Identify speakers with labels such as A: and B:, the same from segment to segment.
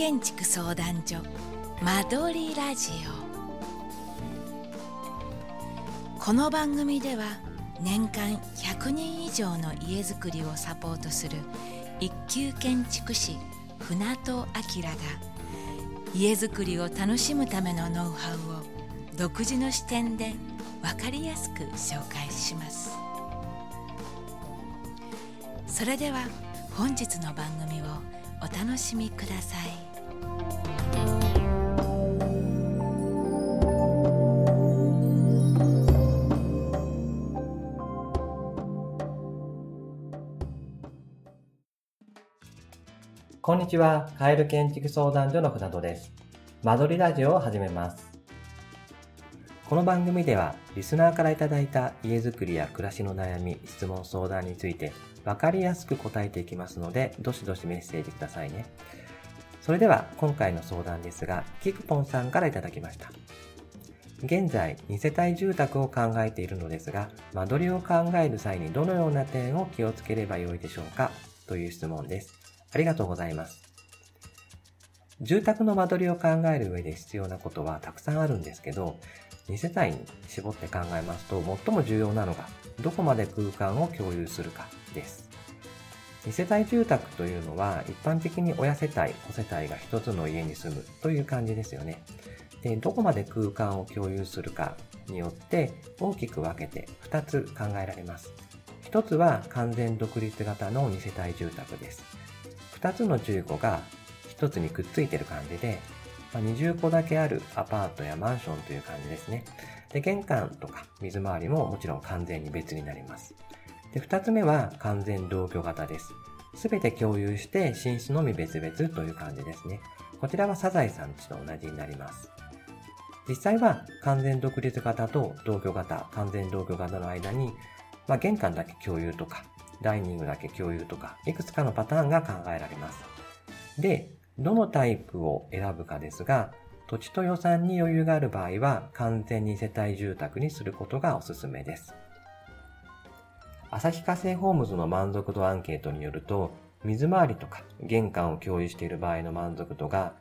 A: 建築相談所間取りラジオ。この番組では年間100人以上の家づくりをサポートする一級建築士船戸明が家づくりを楽しむためのノウハウを独自の視点で分かりやすく紹介します。それでは本日の番組をお楽しみください。
B: こんにちは、カエル建築相談所の船戸です。間取りラジオを始めます。この番組ではリスナーからいただいた家づくりや暮らしの悩み、質問相談について分かりやすく答えていきますので、どしどしメッセージくださいね。それでは今回の相談ですが、キクポンさんからいただきました。現在2世帯住宅を考えているのですが、間取りを考える際にどのような点を気をつければよいでしょうか、という質問です。ありがとうございます。住宅の間取りを考える上で必要なことはたくさんあるんですけど、2世帯に絞って考えますと、最も重要なのがどこまで空間を共有するかです。2世帯住宅というのは一般的に親世帯、子世帯が一つの家に住むという感じですよね。で、どこまで空間を共有するかによって大きく分けて2つ考えられます。1つは完全独立型の2世帯住宅です。2つの住戸が1つにくっついている感じで、20戸だけあるアパートやマンションという感じですね。で、玄関とか水回りももちろん完全に別になります。で、2つ目は完全同居型です。すべて共有して寝室のみ別々という感じですね。こちらはサザエさん家と同じになります。実際は完全独立型と同居型、完全同居型の間に、玄関だけ共有とか、ダイニングだけ共有とか、いくつかのパターンが考えられます。で、どのタイプを選ぶかですが、土地と予算に余裕がある場合は完全2世帯住宅にすることがおすすめです。旭化成ホームズの満足度アンケートによると、水回りとか玄関を共有している場合の満足度が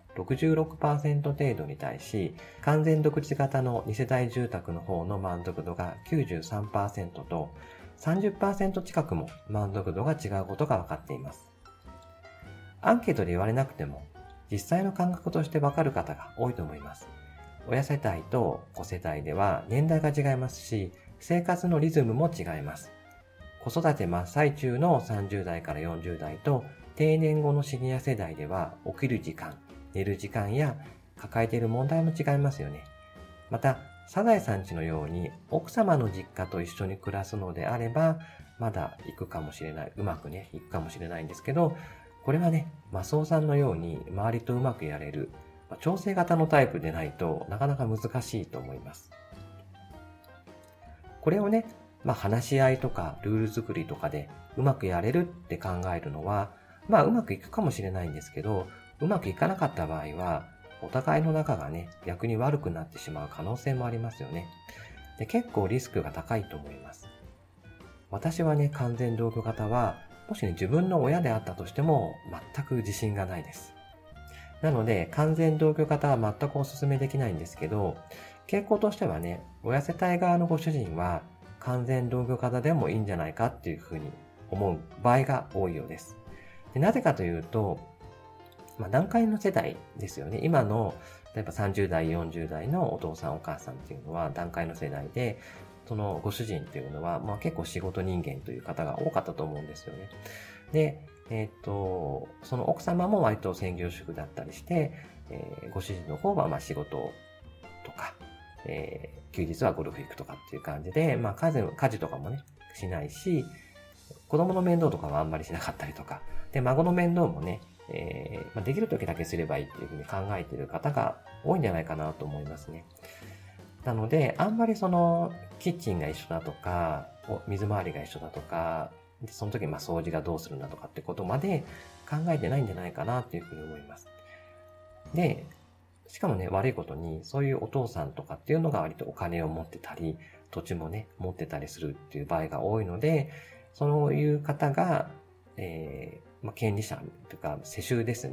B: 66% 程度に対し、完全独立型の2世帯住宅の方の満足度が 93% と、30% 近くも満足度が違うことが分かっています。アンケートで言われなくても、実際の感覚として分かる方が多いと思います。親世帯と子世帯では年代が違いますし、生活のリズムも違います。子育て真っ最中の30代から40代と定年後のシニア世代では起きる時間、寝る時間や抱えている問題も違いますよね。また、サザエさん家のように奥様の実家と一緒に暮らすのであれば、まだ行くかもしれない、うまくね、行くかもしれないんですけど、これはね、マスオさんのように周りとうまくやれる、調整型のタイプでないとなかなか難しいと思います。これをね、話し合いとかルール作りとかでうまくやれるって考えるのは、うまくいくかもしれないんですけど、うまくいかなかった場合は、お互いの仲がね、逆に悪くなってしまう可能性もありますよね。で、結構リスクが高いと思います。私はね、完全同居型は、もしね、自分の親であったとしても、全く自信がないです。なので、完全同居型は全くお勧めできないんですけど、傾向としてはね、親世帯側のご主人は、完全同居型でもいいんじゃないかっていうふうに思う場合が多いようです。で、なぜかというと、段階の世代ですよね。今の、例えば30代、40代のお父さんお母さんっていうのは段階の世代で、そのご主人っていうのは、結構仕事人間という方が多かったと思うんですよね。で、その奥様も割と専業主婦だったりして、ご主人の方は仕事とか、休日はゴルフ行くとかっていう感じで、家事とかもね、しないし、子供の面倒とかはあんまりしなかったりとか、で、孫の面倒もね、できる時だけすればいいっていうふうに考えている方が多いんじゃないかなと思いますね。なので、あんまりその、キッチンが一緒だとか、水回りが一緒だとか、でその時掃除がどうするんだとかってことまで考えてないんじゃないかなっていうふうに思います。で、しかもね、悪いことに、そういうお父さんとかっていうのが割とお金を持ってたり、土地もね、持ってたりするっていう場合が多いので、そういう方が、権利者というか、世襲ですね。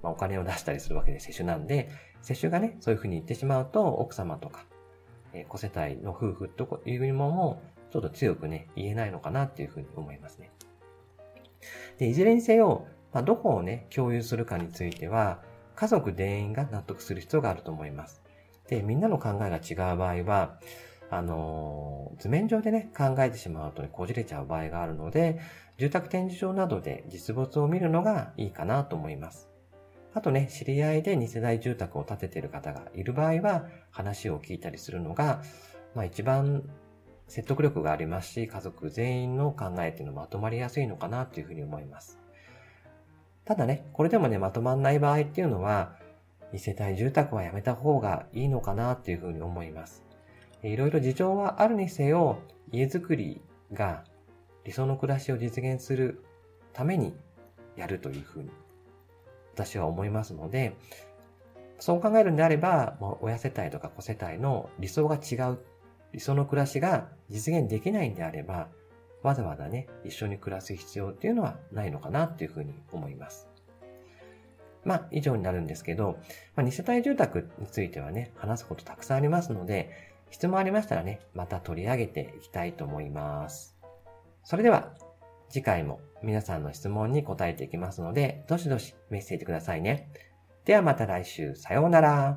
B: お金を出したりするわけで世襲なんで、世襲がね、そういうふうに言ってしまうと、奥様とか、子世帯の夫婦というものも、ちょっと強くね、言えないのかなっていうふうに思いますね。で、いずれにせよ、どこをね、共有するかについては、家族全員が納得する必要があると思います。で、みんなの考えが違う場合は、図面上でね、考えてしまうとこじれちゃう場合があるので、住宅展示場などで実物を見るのがいいかなと思います。あとね、知り合いで2世代住宅を建てている方がいる場合は、話を聞いたりするのが、一番説得力がありますし、家族全員の考えっていうのまとまりやすいのかなというふうに思います。ただね、これでもね、まとまんない場合っていうのは、2世帯住宅はやめた方がいいのかなというふうに思います。いろいろ事情はあるにせよ、家づくりが理想の暮らしを実現するためにやるというふうに私は思いますので、そう考えるんであれば、親世帯とか子世帯の理想が違う、理想の暮らしが実現できないんであれば、わざわざね、一緒に暮らす必要っていうのはないのかなっていうふうに思います。以上になるんですけど、2世帯住宅についてはね、話すことたくさんありますので、質問ありましたらね、また取り上げていきたいと思います。それでは、次回も皆さんの質問に答えていきますので、どしどしメッセージくださいね。ではまた来週、さようなら。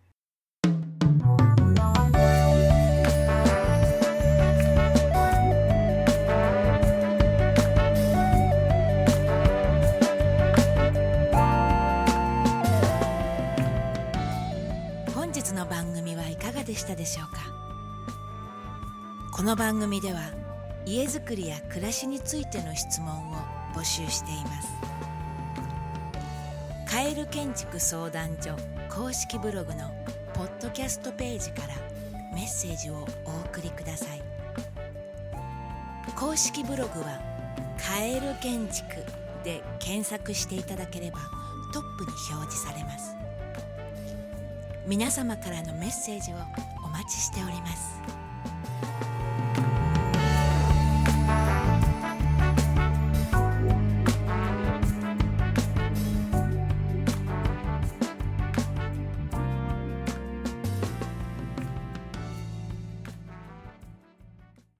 A: 本日の番組はいかがでしたでしょうか。この番組では家づくりや暮らしについての質問を募集しています。カエル建築相談所公式ブログのポッドキャストページからメッセージをお送りください。公式ブログはカエル建築で検索していただければトップに表示されます。皆様からのメッセージをお待ちしております。